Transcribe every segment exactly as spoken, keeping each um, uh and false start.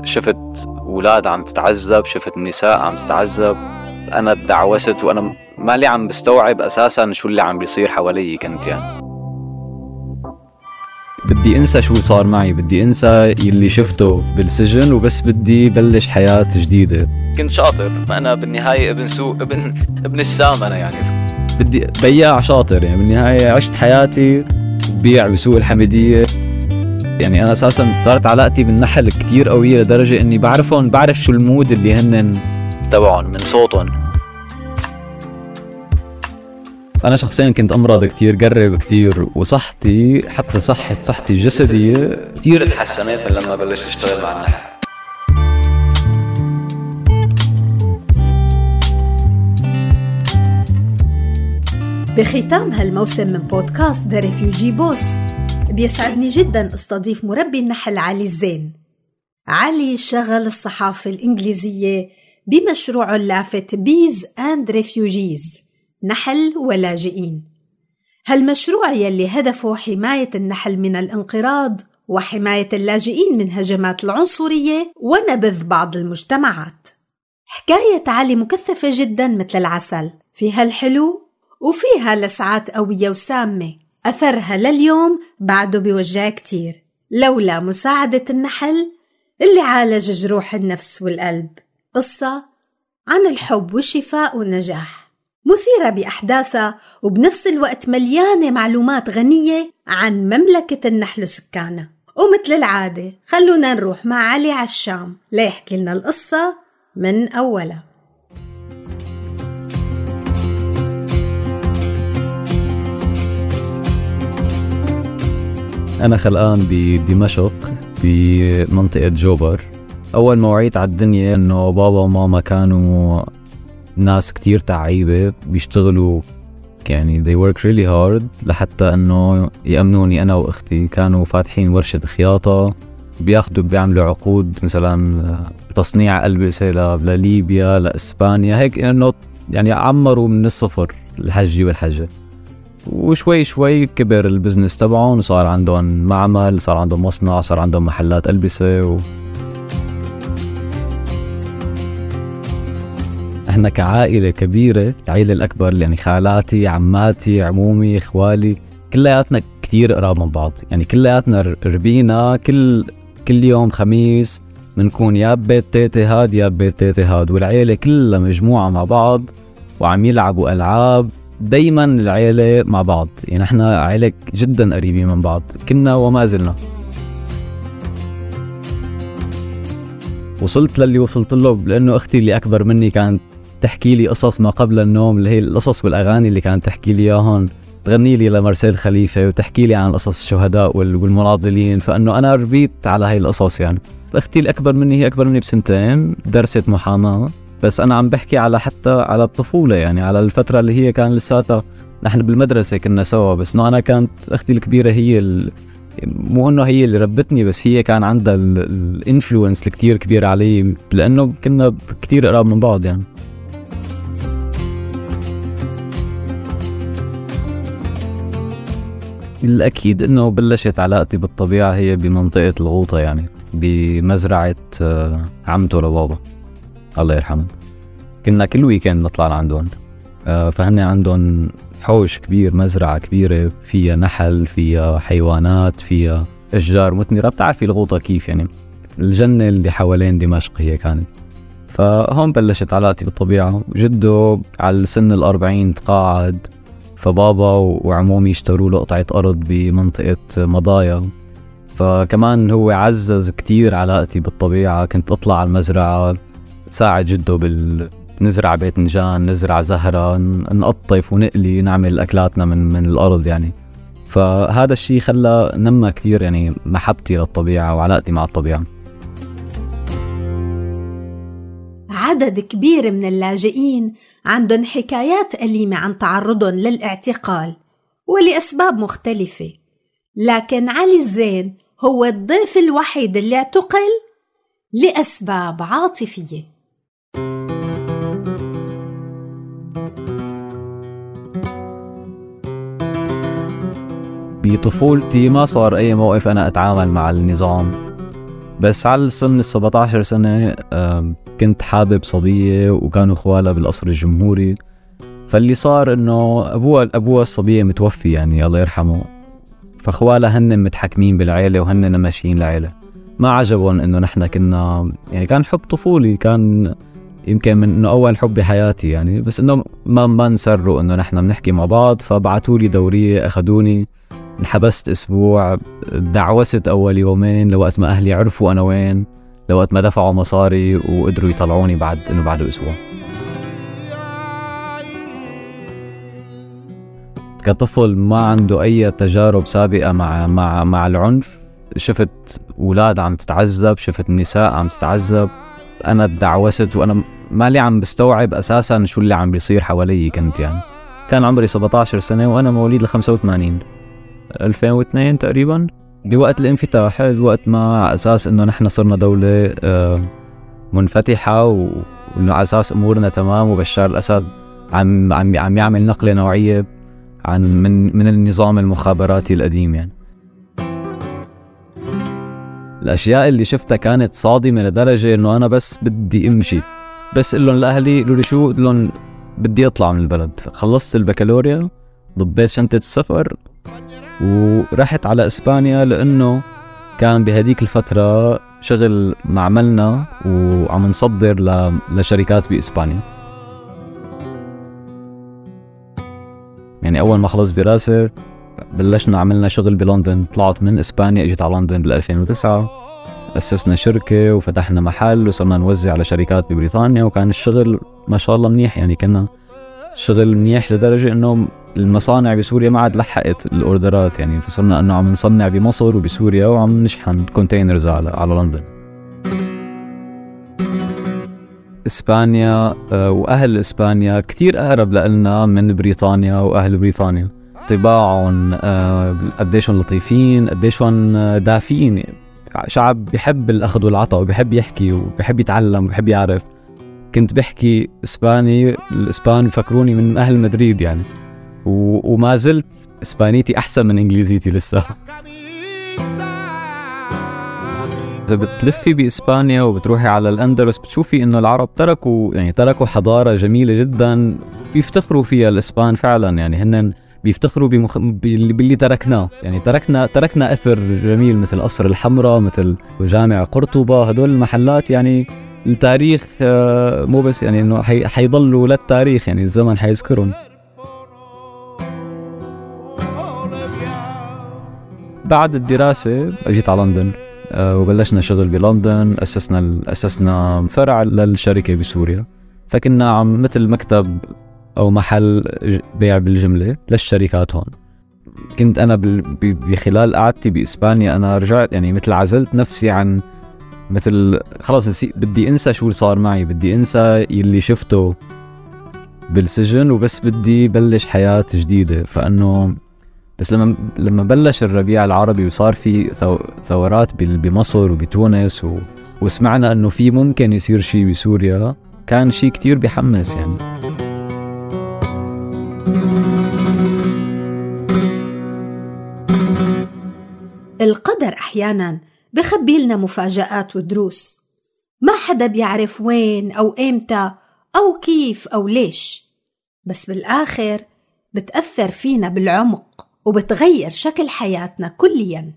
شفت أولاد عم تتعذب، شفت النساء عم تتعذب، أنا تدعوست وأنا مالي عم بستوعب أساساً شو اللي عم بيصير حوالي. كنت يعني بدي انسى شو صار معي، بدي انسى يلي شفته بالسجن وبس بدي بلش حياة جديدة. كنت شاطر، أنا بالنهاية ابن سوق، ابن ابن الشام أنا يعني، بدي بياع شاطر يعني. بالنهاية عشت حياتي بيع بسوق الحميدية يعني. أنا أساساً صارت علاقتي بالنحل كتير قوية لدرجة إني بعرفهم، بعرف شو المود اللي هنن تبعهم من صوتهم. أنا شخصياً كنت أمراض كتير، قرب كتير، وصحتي حتى صحة صحتي الجسدية كتير تحسنت من لما بلشت أشتغل مع النحل. بختام هالموسم من بودكاست The Refugee Boss بيسعدني جداً استضيف مربي النحل علي الزين. علي شغل الصحافة الإنجليزية بمشروعه اللافت Bees and Refugees، نحل ولاجئين. هالمشروع يلي هدفه حماية النحل من الانقراض وحماية اللاجئين من هجمات العنصرية ونبذ بعض المجتمعات. حكاية علي مكثفة جدا مثل العسل، فيها الحلو وفيها لسعات قوية وسامة، أثرها لليوم بعده بيوجع كتير لولا مساعدة النحل اللي عالج جروح النفس والقلب. قصة عن الحب والشفاء والنجاح، مثيرة بأحداثها وبنفس الوقت مليانة معلومات غنية عن مملكة النحل وسكانها. ومثل العادة خلونا نروح مع علي على الشام ليحكي لنا القصة من أولها. أنا خلقان بدمشق بمنطقة جوبر. أول ما وعيت على الدنيا إنه بابا وماما كانوا ناس كتير تعيبة، بيشتغلوا يعني they work really hard لحتى إنه يأمنوني أنا وأختي. كانوا فاتحين ورشة خياطة، بياخدوا بيعملوا عقود مثلا تصنيع ألبسة لليبيا لإسبانيا هيك، إنه يعني عمروا من الصفر الحجي والحجة. وشوي شوي كبر البزنس تبعهم وصار عندهم معمل، صار عندهم مصنع، صار عندهم محلات ألبسة. و... احنا كعائلة كبيرة، العائلة الأكبر يعني خالاتي، عماتي، عمومي، إخوالي، كلياتنا كتير قراب من بعض يعني. كلياتنا ربينا كل كل يوم خميس منكون يا ببيت تيتي هاد يا ببيت تيتي هاد، والعائلة كلها مجموعة مع بعض وعم يلعبوا ألعاب. دايما العائلة مع بعض يعني، احنا عائلة جدا قريبين من بعض كنا وما زلنا. وصلت للي وصلت له لأنه أختي اللي أكبر مني كانت تحكي لي قصص ما قبل النوم، اللي هي القصص والأغاني اللي كانت تحكي لي إياهن، تغني لي لمرسيل خليفة وتحكي لي عن قصص الشهداء والمناضلين. فأنه أنا ربيت على هاي القصص يعني. أختي الأكبر مني هي أكبر مني بسنتين، درست محاماة، بس أنا عم بحكي على حتى على الطفولة يعني، على الفترة اللي هي كان لساتها نحن بالمدرسة كنا سوا. بس إنه أنا كانت أختي الكبيرة هي ال... مو إنه هي اللي ربتني، بس هي كان عندها الانفلونس الكتير كبير علي لأنه كنا كتير قراب من بعض يعني. الأكيد إنه بلشت علاقتي بالطبيعة هي بمنطقة الغوطة يعني، بمزرعة عمته لبابا الله يرحمه. كنا كل ويكند نطلع لعندهم، فهن عندهم حوش كبير، مزرعة كبيرة فيها نحل، فيها حيوانات، فيها أشجار مثمرة. بتعرفي الغوطة كيف يعني، الجنة اللي حوالين دمشق هي كانت. فهون بلشت علاقتي بالطبيعة. جده على سن الأربعين تقاعد، فبابا وعمومي اشتروا له قطعة أرض بمنطقة مضايا، فكمان هو عزز كتير علاقتي بالطبيعة. كنت أطلع على المزرعة ساعد جده بال نزرع بيت نجان، نزرع زهرة، نقطف ونقلي، نعمل أكلاتنا من من الأرض يعني. فهذا الشيء خلى نمى كتير يعني محبتي للطبيعة وعلاقتي مع الطبيعة. عدد كبير من اللاجئين عندهم حكايات أليمة عن تعرضهم للاعتقال ولأسباب مختلفة، لكن علي الزين هو الضيف الوحيد اللي اعتقل لأسباب عاطفية. بطفولتي ما صار أي موقف أنا أتعامل مع النظام بس على سن السبعة عشر سنة كنت حابب صبية وكانوا خوالها بالقصر الجمهوري. فاللي صار انه ابوها ابوها الصبية متوفي يعني الله يرحمه، فخوالها هن متحكمين بالعيلة وهن ماشيين العيلة. ما عجبهم انه نحن كنا يعني كان حب طفولي، كان يمكن من انه اول حب بحياتي يعني، بس انه ما ما نسروا انه نحن بنحكي مع بعض. فبعثوا لي دورية اخذوني، انحبست اسبوع، دعوست اول يومين لوقت ما اهلي عرفوا انا وين، لوقت ما دفعوا مصاري وقدروا يطلعوني بعد انه بعده اسبوع. كطفل ما عنده اي تجارب سابقة مع مع مع العنف، شفت اولاد عم تتعذب، شفت النساء عم تتعذب، انا تدعوست وانا مالي عم بستوعب اساسا شو اللي عم بيصير حوالي. كنت يعني كان عمري سبعة عشر سنة وانا مواليد ال خمسة وثمانين ألفين واثنين تقريبا، بوقت الانفتاح، الوقت ما على اساس انه نحن صرنا دولة منفتحة وانه على اساس امورنا تمام، وبشار الاسد عم عم عم يعمل نقلة نوعية عن من من النظام المخابراتي القديم. يعني الاشياء اللي شفتها كانت صادمة لدرجة انه انا بس بدي امشي، بس قلن لاهلي قالوا لي شو، قلن بدي اطلع من البلد. خلصت البكالوريا، ضبيت شنطة السفر ورحت على اسبانيا، لانه كان بهديك الفترة شغل معملنا وعم نصدر لشركات باسبانيا. يعني اول ما خلص دراسة بلشنا عملنا شغل بلندن، طلعت من اسبانيا اجيت على لندن بال ألفين وتسعة، أسسنا شركة وفتحنا محل وصرنا نوزع على شركات ببريطانيا، وكان الشغل ما شاء الله منيح. يعني كنا شغل منيح لدرجة انه المصانع بسوريا ما عاد لحقت الاوردرات، يعني فصرنا انه عم نصنع بمصر وبسوريا وعم نشحن كونتينرز على على لندن. اسبانيا واهل اسبانيا كتير اقرب لنا من بريطانيا واهل بريطانيا، طباعهم قديشهم لطيفين، قديشهم دافين، شعب بيحب الاخذ والعطاء وبيحب يحكي وبيحب يتعلم وبيحب يعرف. كنت بحكي اسباني، الاسبان بفكروني من اهل مدريد يعني، و... وما زلت اسبانيتي احسن من انجليزيتي لسه. اذا بتلفي باسبانيا وبتروحي على الاندلس بتشوفي انه العرب تركوا يعني تركوا حضاره جميله جدا بيفتخروا فيها الاسبان فعلا. يعني هن بيفتخروا بمخ... باللي تركناه، يعني تركنا تركنا اثر جميل مثل قصر الحمراء، مثل جامع قرطبة، هدول المحلات يعني التاريخ مو بس يعني انه حي... حيضلوا للتاريخ، يعني الزمن حيذكرهم. بعد الدراسة اجيت على لندن وبلشنا شغل بلندن، أسسنا أسسنا فرع للشركة بسوريا، فكنا عم مثل مكتب أو محل بيع بالجملة للشركات هون. كنت أنا بخلال قعدتي بإسبانيا أنا رجعت يعني مثل عزلت نفسي عن مثل خلاص بدي أنسى شو صار معي، بدي أنسى يلي شفته بالسجن وبس بدي بلش حياة جديدة. فأنه بس لما لما بلش الربيع العربي وصار في ثورات بمصر وبتونس و... وسمعنا انه في ممكن يصير شيء بسوريا، كان شيء كتير بيحمس. يعني القدر احيانا بخبي لنا مفاجآت ودروس، ما حدا بيعرف وين او امتى او كيف او ليش، بس بالاخر بتأثر فينا بالعمق وبتغير شكل حياتنا كلياً.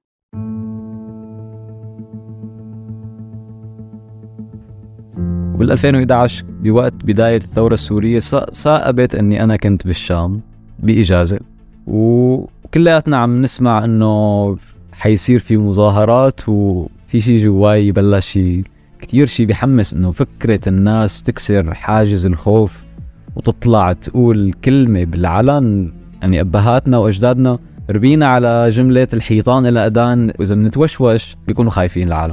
وبال ألفين وإحدى عشر بوقت بداية الثورة السورية صائبت أني أنا كنت بالشام بإجازة، وكلياتنا عم نسمع أنه حيصير في مظاهرات وفي شيء جواي بلش كتير شيء بيحمس، أنه فكرة الناس تكسر حاجز الخوف وتطلع تقول كلمة بالعلن. يعني أبهاتنا وأجدادنا ربينا على جملة الحيطان إلى أذان، وإذا بنتوشوش بيكونوا خايفين العالم.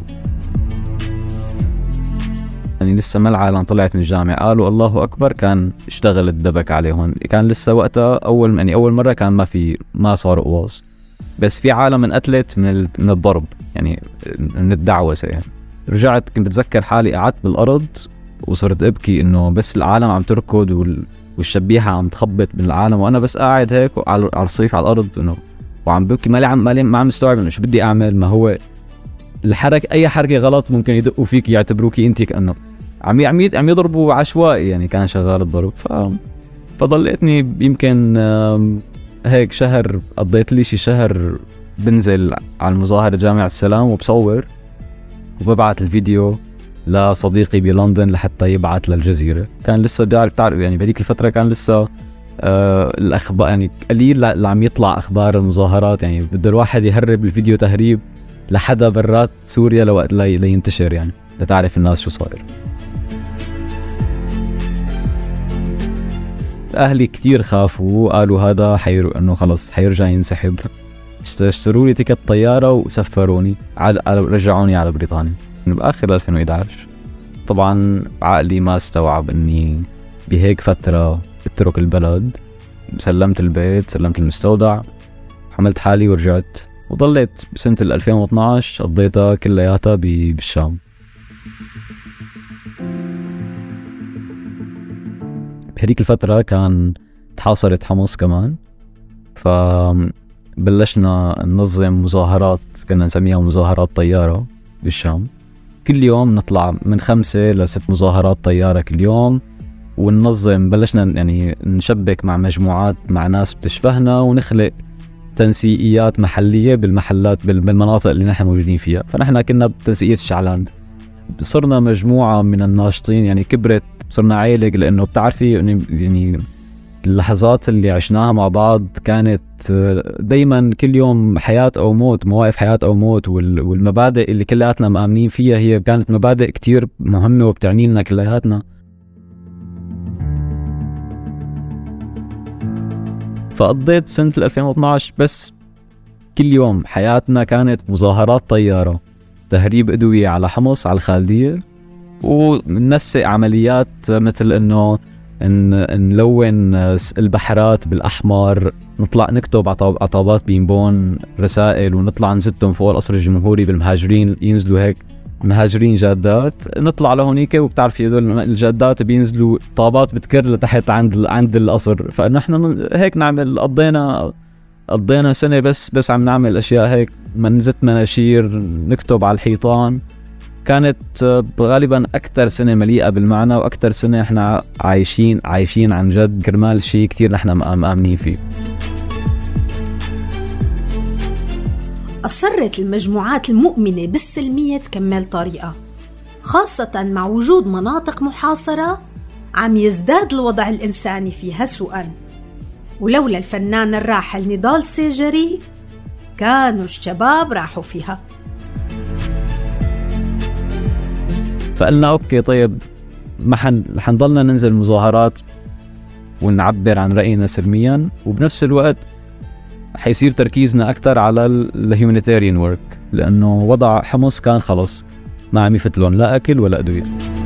يعني لسه ما العالم طلعت من الجامعة قالوا الله أكبر كان اشتغل الدبك عليهم. كان لسه وقتها أول يعني أول مرة كان ما في ما صار قواص، بس في عالم انقتلت من من الضرب، يعني من الدعوسة. يعني رجعت كنت بتذكر حالي قعدت بالأرض وصرت أبكي إنه بس العالم عم تركض وال والشبيحة عم تخبط بالعالم، وأنا بس قاعد هيك على الرصيف على الأرض إنه وعم ببكي، مالي عم مالي ما عم مستوعب إنه شو بدي أعمل. ما هو الحركة أي حركة غلط ممكن يدقوا فيك يعتبروكي أنت كأنه عم عم عم يضربوا عشوائي يعني. كان شغال الضرب. ف فضليتني يمكن هيك شهر، قضيت لي شي شهر بنزل على المظاهرة جامعة السلام وبصور وببعت الفيديو لصديقي بلندن لحتى يبعت للجزيرة. كان لسه تعرف تعرف يعني بهذيك الفترة كان لسه آه الأخبار يعني قليل اللي عم يطلع أخبار المظاهرات، يعني بده الواحد يهرب الفيديو تهريب لحدا برات سوريا لوقت لي لينتشر يعني لتعرف الناس شو صاير. أهلي كتير خافوا، قالوا هذا حير إنه خلص حيرجع ينسحب. اشتروا لي تيكت طيارة وسفروني على رجعوني على بريطانيا بآخر ألفين وإحدى عشر. طبعا عقلي ما استوعب إني بهيك فترة اترك البلد. سلمت البيت، سلمت المستودع، حملت حالي ورجعت، وضليت بسنة ألفين واثناشر قضيتها كلياتها بالشام. بهذيك الفترة كان تحاصرت حمص كمان، فبلشنا ننظم مظاهرات كنا نسميها مظاهرات طيارة بالشام. كل يوم نطلع من خمسة لست مظاهرات طيارة كل يوم، وننظم بلشنا يعني نشبك مع مجموعات مع ناس بتشبهنا ونخلق تنسيقيات محلية بالمحلات بالمناطق اللي نحن موجودين فيها. فنحن كنا بتنسيقية الشعلان، صرنا مجموعة من الناشطين يعني كبرت، صرنا عائلة. لأنه بتعرفي يعني اللحظات اللي عشناها مع بعض كانت دايما كل يوم حياة أو موت، مواقف حياة أو موت، والمبادئ اللي كلياتنا مآمنين فيها هي كانت مبادئ كتير مهمة وبتعني لنا كلياتنا. فقضيت سنة ألفين واثناشر بس كل يوم حياتنا كانت مظاهرات طيارة، تهريب أدوية على حمص على الخالدية، وننسق عمليات مثل إنه نلون البحرات بالأحمر، نطلع نكتب عطابات بينبون رسائل ونطلع نزتهم فوق القصر الجمهوري بالمهاجرين، ينزلوا هيك مهاجرين جادات، نطلع لهونيك وبتعرفي هذول الجادات بينزلوا طابات بتكر لتحت عند عند القصر. فنحن هيك نعمل، قضينا قضينا سنة بس بس عم نعمل أشياء هيك، منزت مناشير، نكتب على الحيطان. كانت غالبا أكثر سنة مليئة بالمعنى، وأكثر سنة إحنا عايشين عايشين عن جد كرمال شيء كتير نحن مآمنين فيه. أصرت المجموعات المؤمنة بالسلمية تكمل طريقة، خاصة مع وجود مناطق محاصرة عم يزداد الوضع الإنساني فيها سوءا. ولولا الفنان الراحل نضال سيجري كانوا الشباب راحوا فيها. فقلنا أوكي طيب ما حن... حنضلنا ننزل مظاهرات ونعبر عن رأينا سلميا، وبنفس الوقت حيصير تركيزنا أكتر على الهيومانيتاريان ورك، لأنه وضع حمص كان خلص ما عم يفتلون لا أكل ولا أدوية.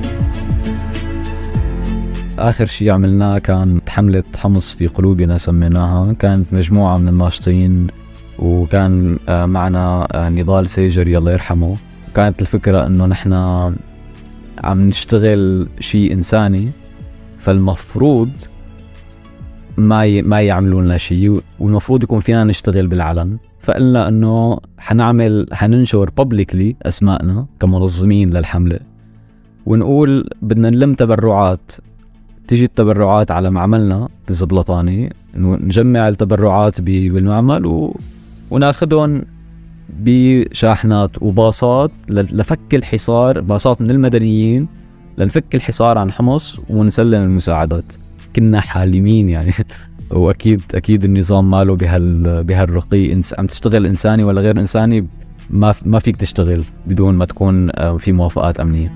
آخر شيء عملناه كان حملة حمص في قلوبنا سميناها. كانت مجموعة من الناشطين وكان معنا نضال سيجري الله يرحمه. كانت الفكرة أنه نحن عم نشتغل شيء إنساني، فالمفروض ما ي... ما يعملوا لنا شيء، والمفروض يكون فينا نشتغل بالعلن. فقلنا انه حنعمل حننشر publicly اسماءنا كمنظمين للحملة، ونقول بدنا نلم تبرعات. تيجي التبرعات على معملنا بالزبلطاني، نجمع التبرعات بالمعمل و... وناخدهم بشاحنات وباصات لفك الحصار، باصات من المدنيين لنفك الحصار عن حمص ونسلم المساعدات. كنا حالمين يعني واكيد اكيد النظام ماله بهال بهالرقي. عم تشتغل انساني ولا غير انساني، ما ما فيك تشتغل بدون ما تكون في موافقات امنيه.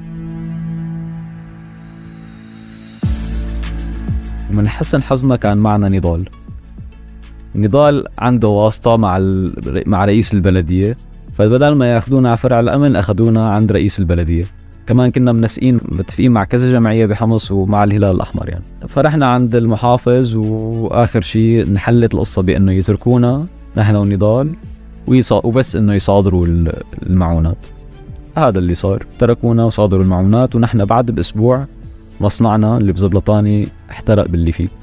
ومن حسن حظنا كان معنا نضال. نضال عنده واسطه مع ال... مع رئيس البلديه، فبدل ما ياخذونا على فرع الامن اخذونا عند رئيس البلديه. كمان كنا منسقين متفقين مع كذا جمعية بحمص ومع الهلال الأحمر يعني. فرحنا عند المحافظ، وآخر شيء نحلت القصة بأنه يتركونا نحن ونضال ويصا... وبس أنه يصادروا المعونات. هذا اللي صار، تركونا وصادروا المعونات، ونحن بعد بأسبوع مصنعنا اللي بزبلطاني احترق باللي فيه.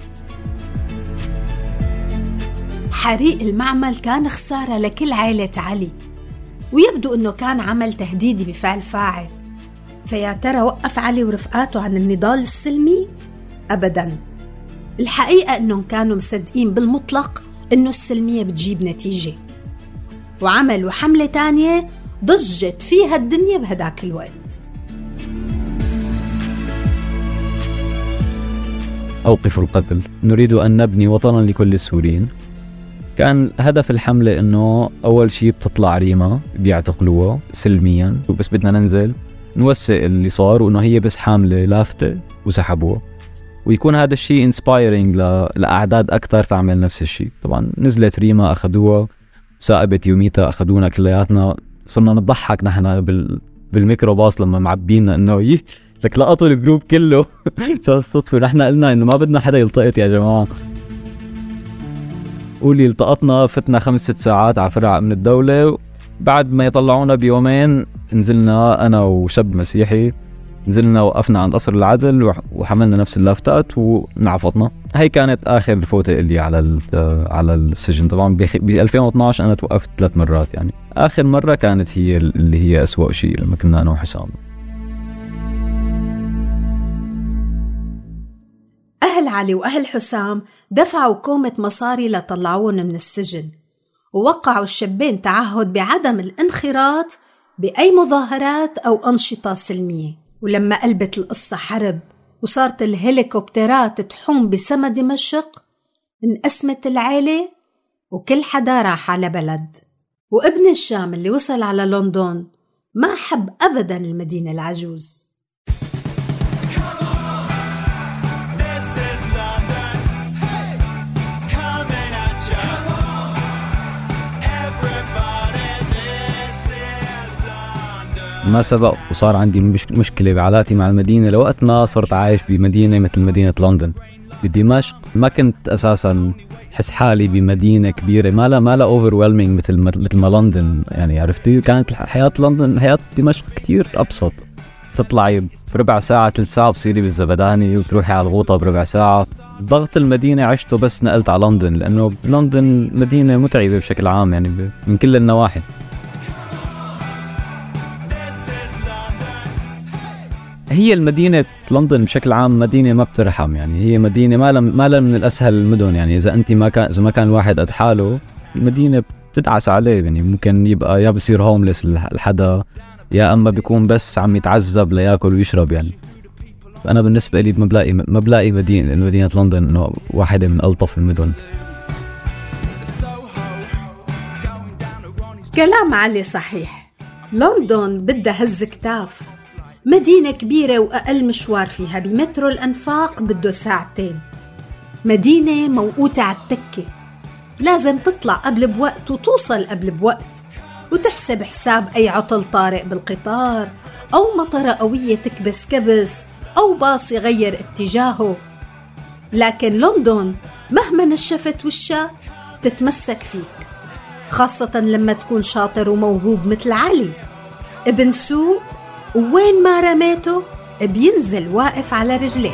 حريق المعمل كان خسارة لكل عائلة علي، ويبدو أنه كان عمل تهديدي بفعل فاعل. فيا ترى وقف علي ورفقاته عن النضال السلمي؟ أبداً. الحقيقة أنهم كانوا مصدقين بالمطلق أنه السلمية بتجيب نتيجة، وعملوا حملة تانية ضجت فيها الدنيا بهداك الوقت. أوقفوا القتل، نريد أن نبني وطنا لكل السوريين. كان هدف الحملة إنه أول شيء بتطلع ريما بيعتقلوها سلميا، وبس بدنا ننزل نوثق اللي صار، وإنه هي بس حاملة لافتة وسحبوها، ويكون هذا الشيء انسبايرينج لأعداد أكتر تعمل نفس الشيء. طبعا نزلت ريما أخذوها، سائبت يوميتها أخذونا كلياتنا، صرنا نضحك نحن بال... بالميكروباص لما معبينا إنه يه لك لقطوا الجروب كله. فالصدفة نحن قلنا إنه ما بدنا حدا يلتقط يا جماعة. قولي التقطنا، فتنا خمس ست ساعات على فرع أمن الدولة. بعد ما يطلعونا بيومين نزلنا أنا وشاب مسيحي، نزلنا وقفنا عند قصر العدل وحملنا نفس اللافتات ونعفطنا. هي كانت آخر الفوتة اللي على على السجن. طبعا ب ألفين واثناشر أنا توقفت ثلاث مرات، يعني آخر مرة كانت هي اللي هي أسوأ شيء لما كنا أنا وحسام. أهل علي وأهل حسام دفعوا كومة مصاري لطلعون من السجن، ووقعوا الشابين تعهد بعدم الانخراط بأي مظاهرات أو أنشطة سلمية. ولما قلبت القصة حرب وصارت الهليكوبترات تحوم بسما دمشق، انقسمت العيلة وكل حدا راح على بلد. وابن الشام اللي وصل على لندن ما حب أبدا المدينة العجوز. ما سبق وصار عندي مش مشكلة بعلاقتي مع المدينة لوقت ما صرت عايش بمدينة مثل مدينة لندن. بدمشق ما كنت أساساً حس حالي بمدينة كبيرة، ما لا ما لا overwhelming مثل مثل ما لندن، يعني عرفتي. كانت حياة لندن حياة دمشق كتير أبسط. تطلعي بربع ساعة ثلث ساعة بصيري بالزبداني وتروحي على الغوطة بربع ساعة. ضغط المدينة عشته بس نقلت على لندن، لأنه لندن مدينة متعبة بشكل عام يعني من كل النواحي. هي المدينة لندن بشكل عام مدينة ما بترحم، يعني هي مدينة ما لم ما لم من الأسهل المدن. يعني إذا أنت ما كان إذا ما كان الواحد قد حاله المدينة بتدعس عليه، يعني ممكن يبقى يا بصير هوملس الحدا، يا أما بيكون بس عم يتعذب ليأكل ويشرب. يعني أنا بالنسبة لي ما بلاقي ما بلاقي مدينة مدينة لندن إنه واحدة من ألطف المدن. كلام علي صحيح، لندن بدها هز كتاف. مدينة كبيرة وأقل مشوار فيها بمترو الأنفاق بده ساعتين. مدينة موقوتة على التكة، لازم تطلع قبل بوقت وتوصل قبل بوقت، وتحسب حساب أي عطل طارئ بالقطار أو مطرة قوية تكبس كبس أو باص يغير اتجاهه. لكن لندن مهما نشفت وشها تتمسك فيك، خاصة لما تكون شاطر وموهوب مثل علي ابن سوق، وين ما رميته بينزل واقف على رجليه.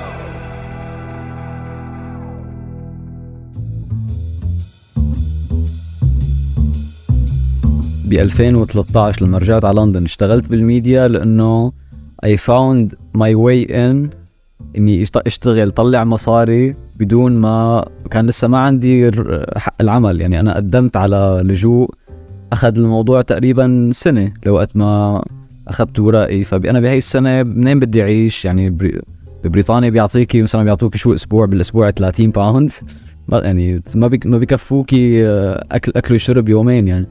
ب ألفين وثلاثة عشر لما رجعت على لندن اشتغلت بالميديا، لأنه I found my way in إني اشتغل طلع مصاري بدون ما كان لسه ما عندي حق العمل. يعني أنا قدمت على لجوء، أخذ الموضوع تقريبا سنة لوقت ما أخذت ورائي. فأنا بهاي السنة منين بدي أعيش؟ يعني ببريطانيا بيعطيكي مثلا بيعطوكي شو أسبوع بالأسبوع ثلاثين باوند، يعني ما بي ما بيكفوكي أكل أكل وشرب يومين. يعني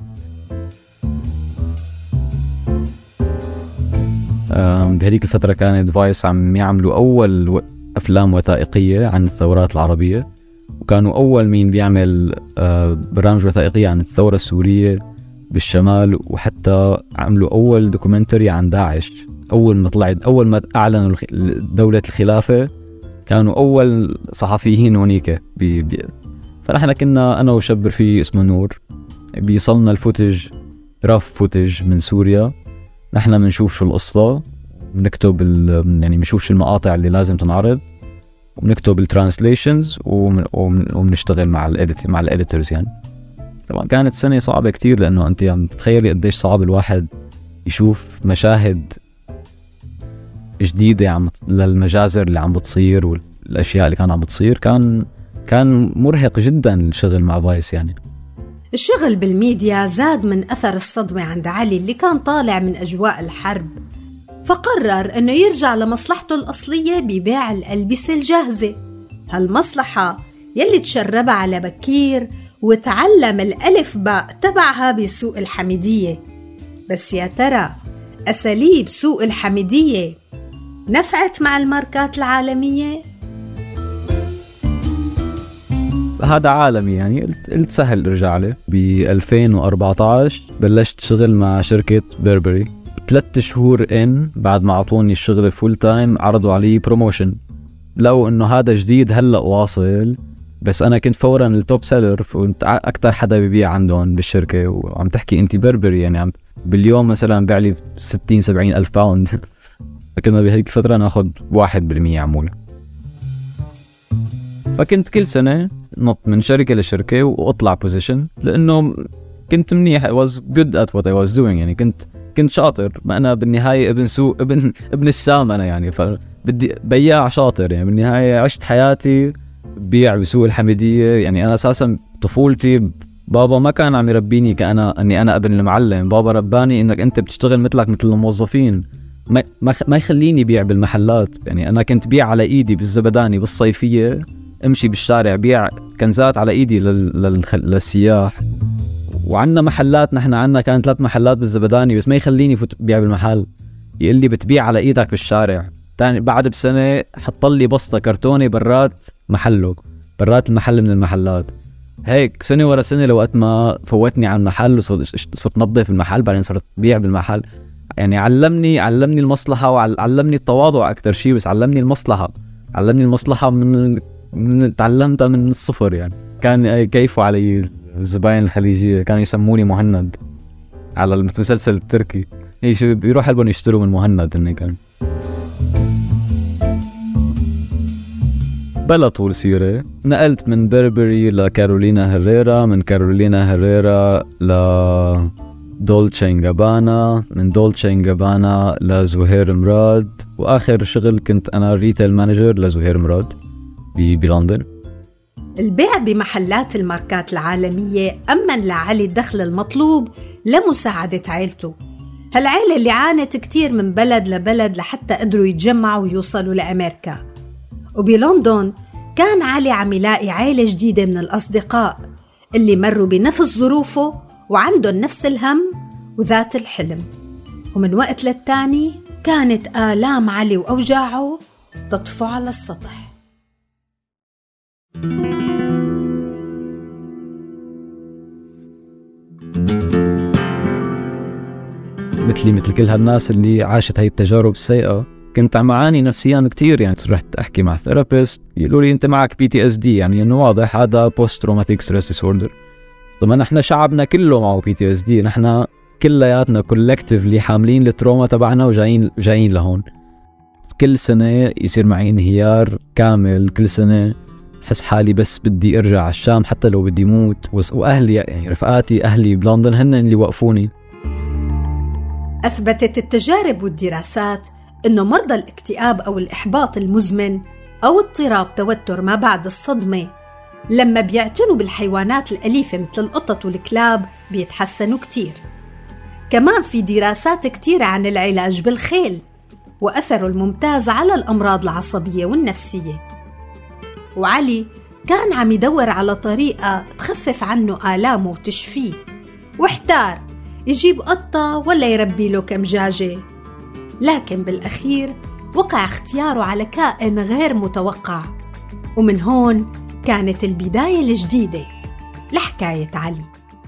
بهذيك الفترة كانت فايس عم يعملوا أول أفلام وثائقية عن الثورات العربية، وكانوا أول مين بيعمل برامج وثائقية عن الثورة السورية بالشمال، وحتى عملوا أول دوكومنتري عن داعش. أول ما طلعت أول ما أعلنوا دولة الخلافة كانوا أول صحفيين هونيك بي بي فنحن كنا أنا وشاب رفيق اسمه نور بيصلنا الفوتج رف فوتج من سوريا. نحن بنشوف شو القصة، بنكتب يعني بنشوف شو المقاطع اللي لازم تنعرض، وبنكتب الترانسليشنز وبنشتغل مع الإديت مع الإديتورز. يعني طبعا كانت سنة صعبة كتير، لأنه أنت عم تتخيلي قديش صعب الواحد يشوف مشاهد جديدة عم للمجازر اللي عم بتصير والأشياء اللي كان عم بتصير. كان كان مرهق جدا الشغل مع فايس. يعني الشغل بالميديا زاد من أثر الصدمة عند علي اللي كان طالع من أجواء الحرب، فقرر أنه يرجع لمصلحته الأصلية ببيع الألبسة الجاهزة، هالمصلحة يلي تشربها على بكير وتعلم الألف باء تبعها بسوق الحميدية. بس يا ترى أساليب سوق الحميدية نفعت مع الماركات العالمية؟ هذا عالمي يعني. قلت, قلت سهل ارجع له. ب ألفين وأربعة عشر بلشت شغل مع شركة بيربري. ثلاث شهور ان بعد ما عطوني الشغل فول تايم عرضوا علي بروموشن، لو انه هذا جديد هلا واصل، بس انا كنت فورا التوب سيلر، كنت اكثر حدا ببيع عندهم بالشركه. وعم تحكي انت بيربري يعني عم باليوم مثلا بيع لي ستين سبعين الف باوند فكنا بهيك الفتره ناخذ واحد بالمية عموله. فكنت كل سنه نط من شركه لشركه واطلع بوزيشن، لانه كنت منيح. I was good at what I was doing. يعني كنت كنت شاطر. ما انا بالنهايه ابن سوق، ابن ابن الشام انا يعني، فبدي بياع شاطر. يعني بالنهايه عشت حياتي بيع بسوق الحميديه. يعني انا اساسا طفولتي بابا ما كان عم يربيني كأنا اني انا ابن المعلم، بابا رباني انك انت بتشتغل مثلك مثل الموظفين، ما ما يخليني بيع بالمحلات. يعني انا كنت بيع على ايدي بالزبداني بالصيفيه، امشي بالشارع بيع كنزات على ايدي لل... لل... للسياح. وعنا محلات، نحن عنا كان ثلاث محلات بالزبداني، بس ما يخليني فوت بيع بالمحل، يقول لي بتبيع على ايدك بالشارع. تاني بعد بسنه حط لي بسطه كرتوني برات محله، برات المحل من المحلات. هيك سنه ورا سنه لوقت ما فوتني على المحل وصرت نظف المحل، بعدين صرت بيع بالمحل. يعني علمني علمني المصلحه وعلمني التواضع اكثر شيء، بس علمني المصلحه علمني المصلحه من من تعلمتها من الصفر. يعني كان كيفوا علي الزباين الخليجيه، كانوا يسموني مهند على المسلسل التركي. هي شو بيروح لهم يشتروا من مهند. اني كان بلا طول سيرة نقلت من بيربري لكارولينا هيريرا، من كارولينا هيريرا ل دولتشي اند جابانا، من دولتشي اند جابانا لزهير مراد، واخر شغل كنت انا ريتيل مانجر لزهير مراد بلندن. البيع بمحلات الماركات العالمية أمن لعلي الدخل المطلوب لمساعدة عائلته، هالعائلة اللي عانت كتير من بلد لبلد لحتى قدروا يتجمعوا ويوصلوا لأمريكا. وبلندن كان علي عم يلاقي عائلة جديدة من الأصدقاء اللي مروا بنفس ظروفه وعندهم نفس الهم وذات الحلم. ومن وقت للتاني كانت آلام علي وأوجاعه تطفو على السطح. مثلي مثل كل هالناس اللي عاشت هاي التجارب السيئة، كنت عم أعاني نفسيا كتير. يعني رحت أحكي مع ثيرابيست، يقولوا لي أنت معك بي تي اس دي، يعني إنه واضح هذا بوست تروماتيك ستريس ديسوردر. طبعا نحن شعبنا كله معه بي تي اس دي، نحن كلياتنا كولكتيفلي حاملين التروما تبعنا وجايين جايين لهون. كل سنة يصير معي انهيار كامل، كل سنة حس حالي بس بدي ارجع على الشام حتى لو بدي موت. واهلي يعني رفقاتي اهلي بلندن هن اللي وقفوني. اثبتت التجارب والدراسات انه مرضى الاكتئاب او الاحباط المزمن او اضطراب توتر ما بعد الصدمة لما بيعتنوا بالحيوانات الأليفة مثل القطط والكلاب بيتحسنوا كتير. كمان في دراسات كتيرة عن العلاج بالخيل وأثره الممتاز على الأمراض العصبية والنفسية. وعلي كان عم يدور على طريقة تخفف عنه آلامه وتشفيه، واحتار يجيب قطة ولا يربي له كم دجاجة، لكن بالأخير وقع اختياره على كائن غير متوقع. ومن هون كانت البداية الجديدة لحكاية علي.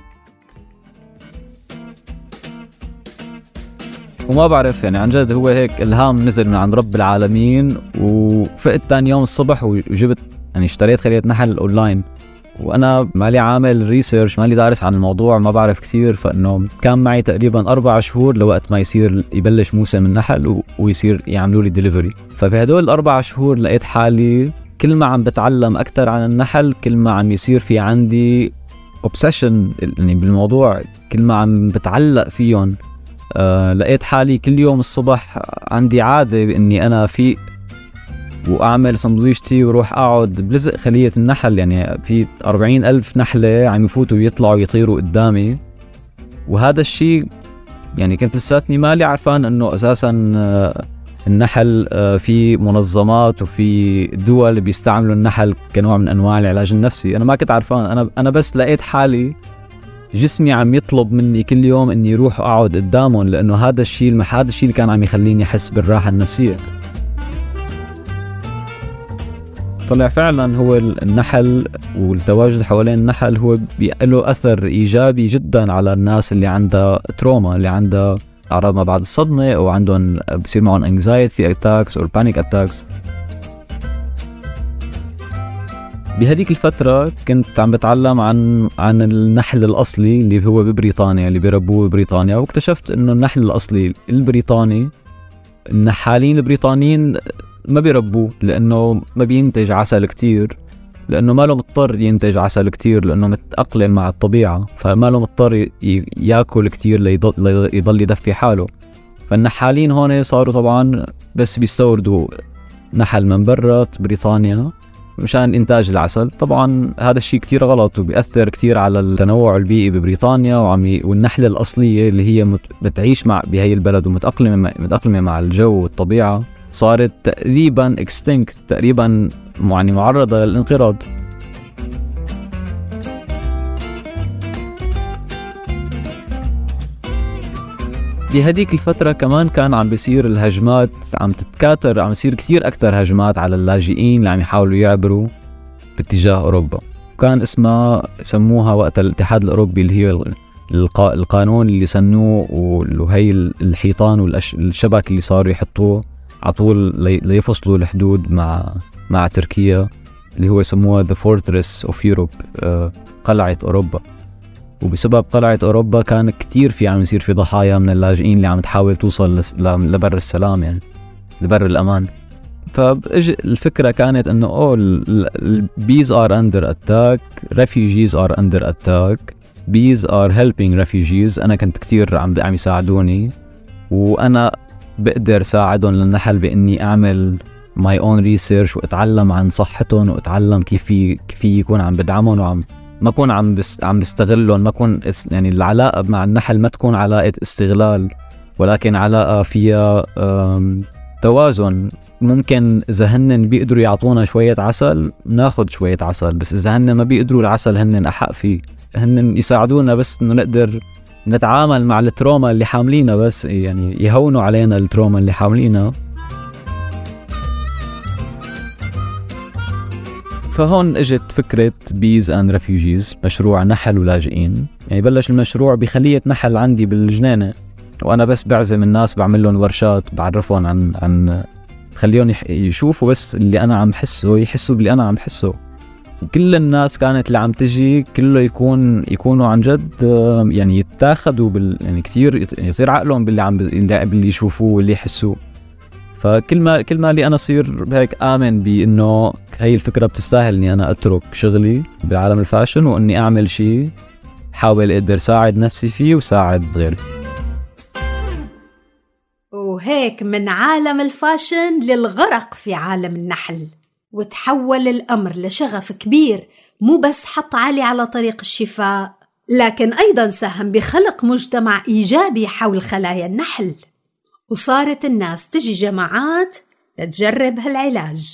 وما بعرف يعني عن جد هو هيك إلهام نزل من عند رب العالمين. وفقت تاني يوم الصبح وجبت يعني اشتريت خلية نحل أونلاين، وأنا مالي عامل ريسيرش، مالي دارس عن الموضوع، ما بعرف كتير. فإنه كان معي تقريبا أربع شهور لوقت ما يصير يبلش موسم النحل ويصير يعملوا لي ديليفري. ففي هدول الأربع شهور لقيت حالي كل ما عم بتعلم أكتر عن النحل، كل ما عم يصير في عندي اوبسيشن يعني بالموضوع، كل ما عم بتعلق فيهم. أه لقيت حالي كل يوم الصبح عندي عادة بإني أنا فيق وأعمل سندويشتي وروح أقعد بلزق خلية النحل. يعني في أربعين ألف نحلة عم يفوتوا ويطلعوا يطيروا قدامي، وهذا الشيء يعني كنت لساتني مالي عرفان أنه أساساً النحل في منظمات وفي دول بيستعملوا النحل كنوع من أنواع العلاج النفسي. أنا ما كنت عرفان، أنا أنا بس لقيت حالي جسمي عم يطلب مني كل يوم إني روح أقعد قدامهم، لأنه هذا الشيء هذا الشيء اللي كان عم يخليني أحس بالراحة النفسية. طلع فعلا هو النحل والتواجد حوالين النحل هو له أثر إيجابي جدا على الناس اللي عندها تروما، اللي عندها أعراض ما بعد الصدمة، أو عندهم بصير معهم anxiety attacks أو panic attacks. بهديك الفترة كنت عم بتعلم عن عن النحل الأصلي اللي هو ببريطانيا، اللي بيربوه ببريطانيا، واكتشفت إنه النحل الأصلي البريطاني النحالين البريطانيين ما بيربوه لأنه ما بينتج عسل كتير، لأنه ما له مضطر ينتج عسل كتير، لأنه متأقلم مع الطبيعة، فما له مضطر يأكل كتير ليضل, ليضل يدفي حاله. فالنحالين هون صاروا طبعا بس بيستوردوا نحل من برا بريطانيا مشان إنتاج العسل. طبعا هذا الشيء كتير غلط وبيأثر كتير على التنوع البيئي ببريطانيا، وعمي والنحلة الأصلية اللي هي مت... بتعيش مع بهاي البلد ومتأقلمة متأقلمة مع الجو والطبيعة صارت تقريبا extinct، تقريبا يعني معرضة للانقراض. بهديك الفترة كمان كان عم بيصير الهجمات عم تتكاثر، عم يصير كتير أكتر هجمات على اللاجئين اللي عم يحاولوا يعبروا باتجاه أوروبا. كان اسمها سموها وقت الاتحاد الأوروبي اللي هي القا... القانون اللي سنوه، وهي الحيطان والشبك اللي صاروا يحطوه على طول ليفصلوا الحدود مع مع تركيا، اللي هو يسموها The Fortress of Europe، قلعة أوروبا. وبسبب قلعة أوروبا كان كتير في عم يصير في ضحايا من اللاجئين اللي عم تحاول توصل لبر السلام، يعني لبر الأمان. فبأجي الفكرة كانت إنه أوه ال bees are under attack, refugees are under attack, bees are helping refugees. أنا كنت كتير عم عم يساعدوني، وأنا بقدر ساعدهم للنحل بإني أعمل my own research وأتعلم عن صحتهم، وأتعلم كيف كيف يكون عم بدعمهم، وعم ما أكون عم بس عم بستغلهم، ما أكون يعني العلاقة مع النحل ما تكون علاقة استغلال، ولكن علاقة فيها توازن. ممكن إذا هن بيقدروا يعطونا شوية عسل ناخد شوية عسل، بس إذا هن ما بيقدروا العسل هن أحق فيه، هن يساعدونا بس إنه نقدر نتعامل مع التروما اللي حاملينها، بس يعني يهونوا علينا التروما اللي حاملينها. فهون اجت فكرة Bees and Refugees، مشروع نحل ولاجئين. يعني بلش المشروع بخلية نحل عندي بالجنينة، وأنا بس بعزم الناس، بعمل لهم ورشات، بعرفهم عن عن خليهم يشوفوا بس اللي أنا عم حسه، يحسوا باللي أنا عم حسه. كل الناس كانت اللي عم تجي كله يكون يكونوا عن جد يعني يتاخدوا بال يعني كثير يصير عقلهم باللي عم باللي يشوفوه واللي يحسوه. فكل ما كل ما اللي أنا صير هيك آمن بإنه هاي الفكرة بتستاهل إني أنا أترك شغلي بعالم الفاشن وإني أعمل شيء حاول أقدر ساعد نفسي فيه وساعد غيري. وهيك من عالم الفاشن للغرق في عالم النحل، وتحول الأمر لشغف كبير، مو بس حط علي على طريق الشفاء، لكن أيضا ساهم بخلق مجتمع إيجابي حول خلايا النحل، وصارت الناس تجي جماعات لتجرب هالعلاج.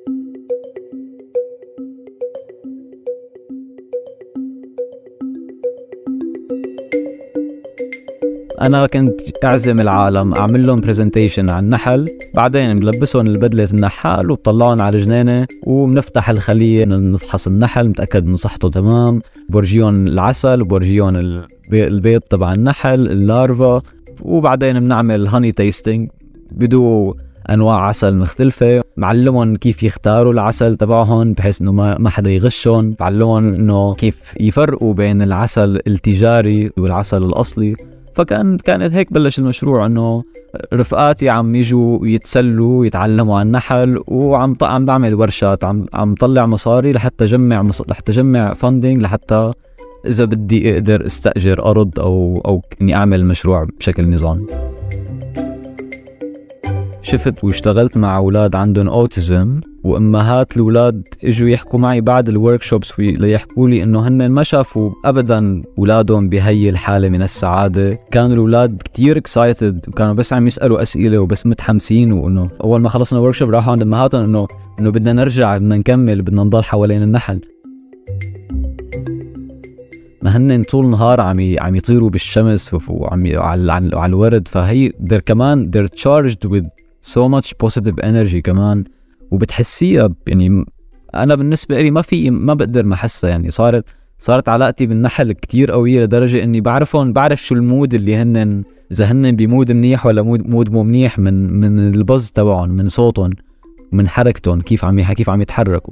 أنا كنت أعزم العالم، أعمل لهم بريزنتيشن عن النحل، بعدين بلبسهم البدلة النحال وبطلعهم على الجنينة وبنفتح الخلية نفحص النحل متأكد إنه صحته تمام، بورجيهم العسل وبورجيهم البيض تبع النحل اللارفا، وبعدين بنعمل هاني تيستينج بدو أنواع عسل مختلفة، معلمهم كيف يختاروا العسل تبعهم بحيث إنه ما ما حدا يغشهم، معلمهم إنه كيف يفرقوا بين العسل التجاري والعسل الأصلي. فكان كانت هيك بلش المشروع، إنه رفقاتي عم يجوا يتسلوا يتعلموا عن النحل، وعم عم بعمل ورشات، عم عم طلع مصاري لحتى جمع مص... لحتى جمع فاندينج لحتى إذا بدي أقدر استأجر أرض أو أو إني أعمل مشروع بشكل نظامي. شفت واشتغلت مع أولاد عندهم أوتيزم، وأمهات الأولاد إجوا يحكوا معي بعد الوركشوبس ليحكوا لي إنه هن ما شافوا أبداً أولادهم بهي الحالة من السعادة. كانوا الأولاد كتير اكسايتد وكانوا بس عم يسألوا أسئلة وبس متحمسين، وإنه أول ما خلصنا وركشوب راحوا عند أمهاتهم إنه إنه بدنا نرجع، بدنا نكمل، بدنا نضل حوالين النحل. ما هن طول نهار عم عم يطيروا بالشمس وعم على على الورد، فهي they're كمان they're charged with so much positive energy كمان، وبتحسيها. يعني أنا بالنسبة لي ما في ما بقدر ما أحسها. يعني صارت صارت علاقتي بالنحل كتير قوية لدرجة إني بعرفهم، بعرف شو المود اللي هن، إذا هن بمود منيح ولا مود مود مو منيح، من من البز تبعهم، من صوتهم، من حركتهم، كيف عم كيف عم يتحركوا.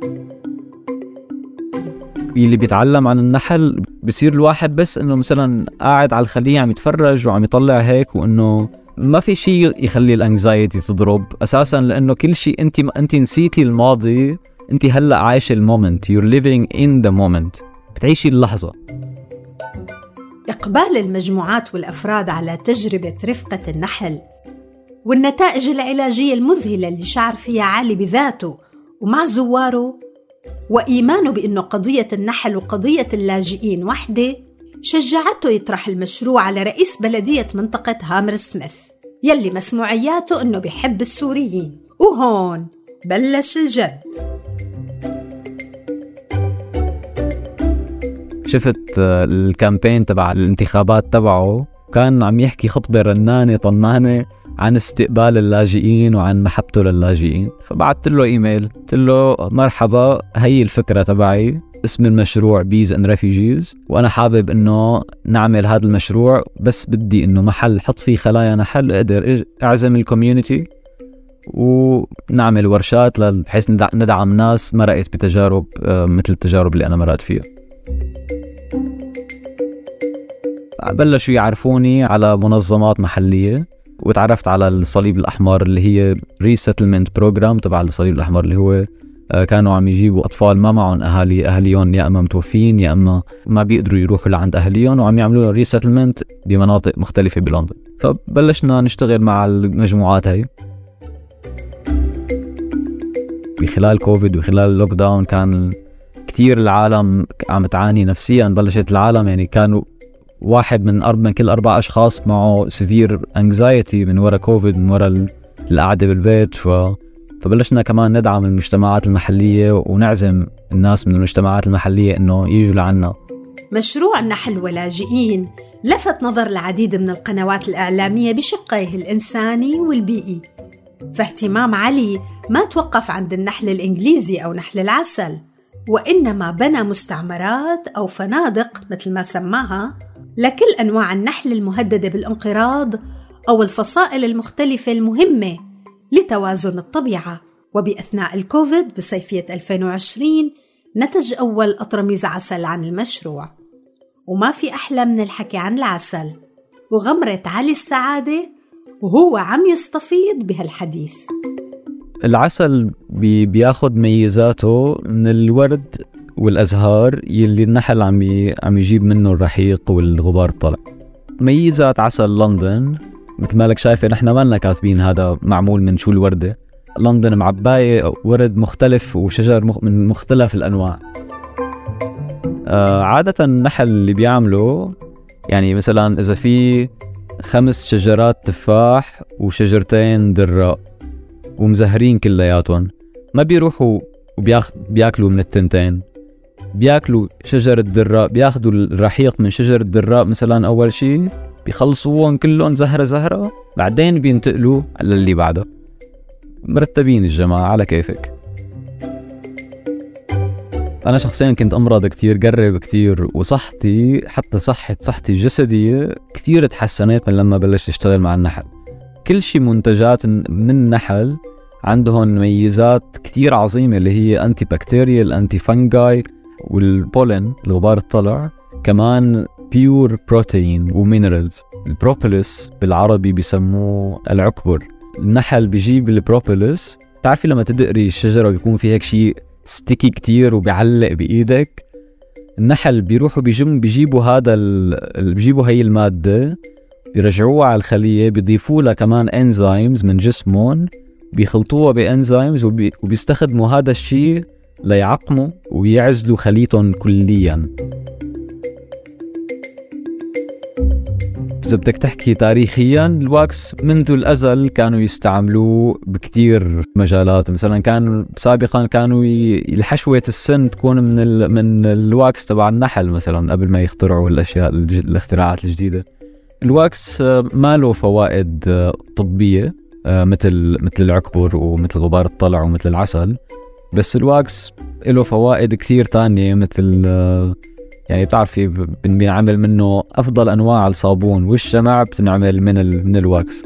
اللي بيتعلم عن النحل بصير الواحد بس إنه مثلا قاعد على الخلية عم يتفرج وعم يطلع هيك، وإنه ما في شيء يخلي الانكزايتي تضرب اساسا، لانه كل شيء انت انت نسيتي الماضي، انت هلا عايشه المومنت. you're living in the moment، بتعيشي اللحظه. إقبال المجموعات والأفراد على تجربة رفقة النحل والنتائج العلاجية المذهلة اللي شعر فيها عالي بذاته ومع زواره، وإيمانه بأنه قضية النحل وقضية اللاجئين وحدة، شجعته يطرح المشروع على رئيس بلدية منطقة هامر سميث يلي مسموعياته أنه بيحب السوريين. وهون بلش الجد. شفت الكامبين تبع الانتخابات تبعه، كان عم يحكي خطبة رنانة طنانة عن استقبال اللاجئين وعن محبته لللاجئين. فبعثت له إيميل قلت له مرحبا، هي الفكرة تبعي، اسم المشروع Bees and Refugees، وأنا حابب إنه نعمل هذا المشروع، بس بدي إنه محل حط فيه خلايا نحل أقدر أعزم الكوميونيتي ونعمل ورشات بحيث ندعم ناس مرقت بتجارب مثل التجارب اللي أنا مرقت فيها. بلشوا يعرفوني على منظمات محلية، وتعرفت على الصليب الأحمر اللي هي Resettlement Program تبع الصليب الأحمر، اللي هو كانوا عم يجيبوا أطفال ما معهم أهالي، أهاليهم يا أما متوفين يا أما ما بيقدروا يروحوا لعند أهاليهم، وعم يعملوا لهم ريسيتلمنت بمناطق مختلفة بلندن. فبلشنا نشتغل مع المجموعات هاي. بخلال كوفيد وخلال اللوك داون كان كتير العالم عم تعاني نفسيا. بلشت العالم يعني كانوا واحد من أربع من كل أربع أشخاص معه سيفير أنكزايتي من وراء كوفيد، من وراء القعدة بالبيت. ف فبلشنا كمان ندعم المجتمعات المحلية ونعزم الناس من المجتمعات المحلية إنه يجوا لعنا. مشروع النحل ولاجئين لفت نظر العديد من القنوات الإعلامية بشقيه الإنساني والبيئي، فاهتمام علي ما توقف عند النحل الإنجليزي أو نحل العسل، وإنما بنى مستعمرات أو فنادق مثل ما سماها لكل أنواع النحل المهددة بالانقراض أو الفصائل المختلفة المهمة لتوازن الطبيعة. وبأثناء الكوفيد بصيفية ألفين وعشرين نتج أول أطرميز عسل عن المشروع. وما في أحلى من الحكي عن العسل، وغمرة علي السعادة وهو عم يستفيض بهالحديث. العسل بي بياخد ميزاته من الورد والأزهار يلي النحل عم عم يجيب منه الرحيق والغبار الطلع. ميزات عسل لندن مثل ما لك شايفة، نحن ما لنا كاتبين هذا معمول من شو الوردة. لندن معباية ورد مختلف وشجر مخ من مختلف الأنواع. آه عادة النحل اللي بيعمله يعني مثلا إذا في خمس شجرات تفاح وشجرتين دراء ومزهرين كلياتهم، ما بيروحوا وبياكلوا من التنتين، بياكلوا شجر الدراء، بياخدوا الرحيق من شجر الدراء مثلا أول شيء، بيخلصوهم كلهم زهرة زهرة، بعدين بينتقلوا على اللي بعده. مرتبين الجماعة على كيفك. أنا شخصيا كنت أمراض كتير، قرب كتير، وصحتي حتى صحة صحتي الجسدية كتير تحسنت من لما بلشت أشتغل مع النحل. كل شيء منتجات من النحل عندهم ميزات كتير عظيمة اللي هي أنتي بكتيريال، أنتي فنجاي، والبولن الغبار الطلع، كمان بيور بروتين ومينرالز. البروبوليس بالعربي بيسموه العكبر. النحل بيجيب البروبوليس، تعرفي لما تدقري الشجرة ويكون في هيك شيء ستيكي كتير وبيعلق بإيدك، النحل بيروحوا بيجم بيجيبوا هذا ال... بيجيبوا هي المادة، بيرجعوها على الخلية، بيضيفوا لها كمان انزيمز من جسمهم، بيخلطوها بانزيمز وبي... وبيستخدموا هذا الشيء ليعقموا ويعزلوا خليتهم كليا. إذا بدك تحكي تاريخيا، الواكس منذ الأزل كانوا يستعملوه بكتير مجالات. مثلا كان سابقا كانوا الحشوة السن تكون من ال... من الواكس تبع النحل مثلا قبل ما يخترعوا الأشياء الج... الاختراعات الجديدة. الواكس ما له فوائد طبية مثل مثل العكبر ومثل غبار الطلع ومثل العسل، بس الواكس له فوائد كثير تانية، مثل يعني بتعرفي بنعمل منه أفضل أنواع الصابون والشمع بتنعمل من ال من الواكس.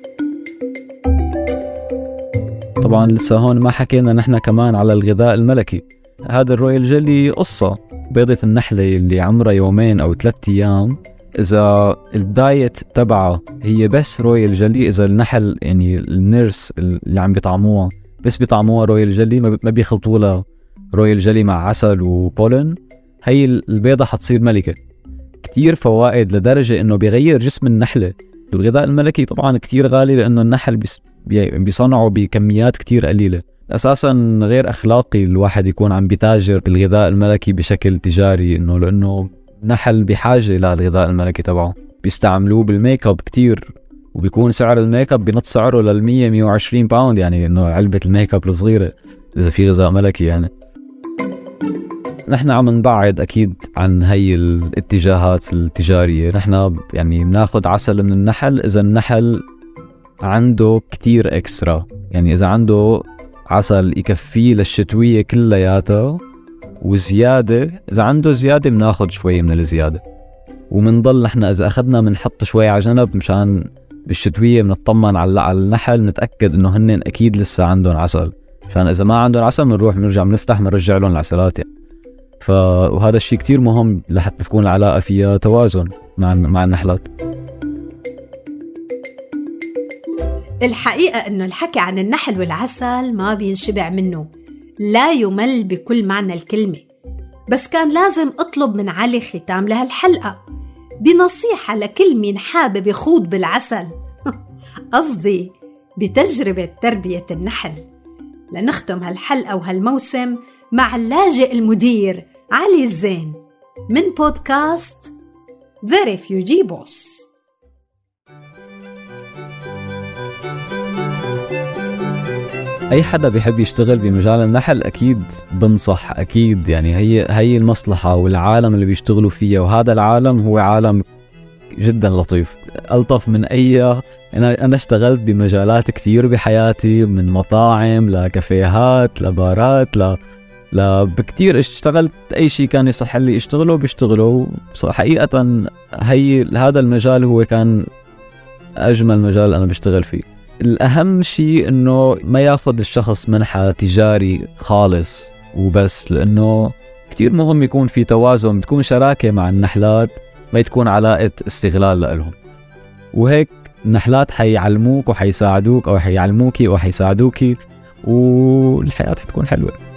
طبعا لسه هون ما حكينا نحن كمان على الغذاء الملكي. هذا الرويال جيلي قصة، بيضة النحلة اللي عمرها يومين أو ثلاثة أيام، إذا الدايت تبعها هي بس رويال جيلي، إذا النحل يعني النيرس اللي عم بيطعموها بس بيطعموها رويال جيلي، ما بيخلطوا لها رويال جيلي مع عسل وبولن، هي البيضة حتصير ملكة. كتير فوائد لدرجة إنه بيغير جسم النحلة. الغذاء الملكي طبعا كتير غالي لأنه النحل بيس بيصنعوا بكميات كتير قليلة. أساسا غير أخلاقي الواحد يكون عم بيتاجر بالغذاء الملكي بشكل تجاري، إنه لأنه النحل بحاجة للغذاء الملكي تبعه. بيستعملوه بالميك اب كتير، وبيكون سعر الميك اب بنط سعره للمية مية وعشرين باوند، يعني إنه علبة الميك اب الصغيرة إذا في غذاء ملكي. يعني نحن عم نبعد أكيد عن هاي الاتجاهات التجارية. نحن يعني بناخد عسل من النحل إذا النحل عنده كتير إكسترا، يعني إذا عنده عسل يكفيه للشتوية كلياتها وزيادة، إذا عنده زيادة بناخد شوي من الزيادة، ومنضل نحن إذا أخذنا منحط شوي على جنب مشان بالشتوية بنطمن على النحل، نتأكد إنه هن أكيد لسه عندهم عسل، عشان إذا ما عندهم عسل بنروح بنرجع بنفتح بنرجع لهم العسلات يعني. ف وهذا الشيء كتير مهم لحتى تكون العلاقة فيها توازن مع مع النحلات. الحقيقة إنه الحكي عن النحل والعسل ما بينشبع منه، لا يمل بكل معنى الكلمة. بس كان لازم أطلب من علي ختام لهالحلقة بنصيحة لكل مين حابب يخوض بالعسل قصدي بتجربة تربية النحل. لنختم هالحلقة وهالموسم مع اللاجئ المدير علي الزين من بودكاست The Refugee Boss. أي حدا بيحب يشتغل بمجال النحل أكيد بنصح، أكيد يعني هي هي المصلحة والعالم اللي بيشتغلوا فيها، وهذا العالم هو عالم جدا لطيف، ألطف من أي. أنا أنا اشتغلت بمجالات كتير بحياتي، من مطاعم لكافيهات لبارات ل لا بكتير اشتغلت أي شيء كان يصح لي اشتغله بيشتغله. حقيقة هي هذا المجال هو كان أجمل مجال أنا بشتغل فيه. الأهم شيء إنه ما ياخد الشخص منحى تجاري خالص وبس، لأنه كتير مهم يكون في توازن، تكون شراكة مع النحلات، ما تكون علاقة استغلال لهم. وهيك النحلات حيعلموك وحيساعدوك، أو حيعلموكي وحيساعدوكي، والحياة حتكون حلوة.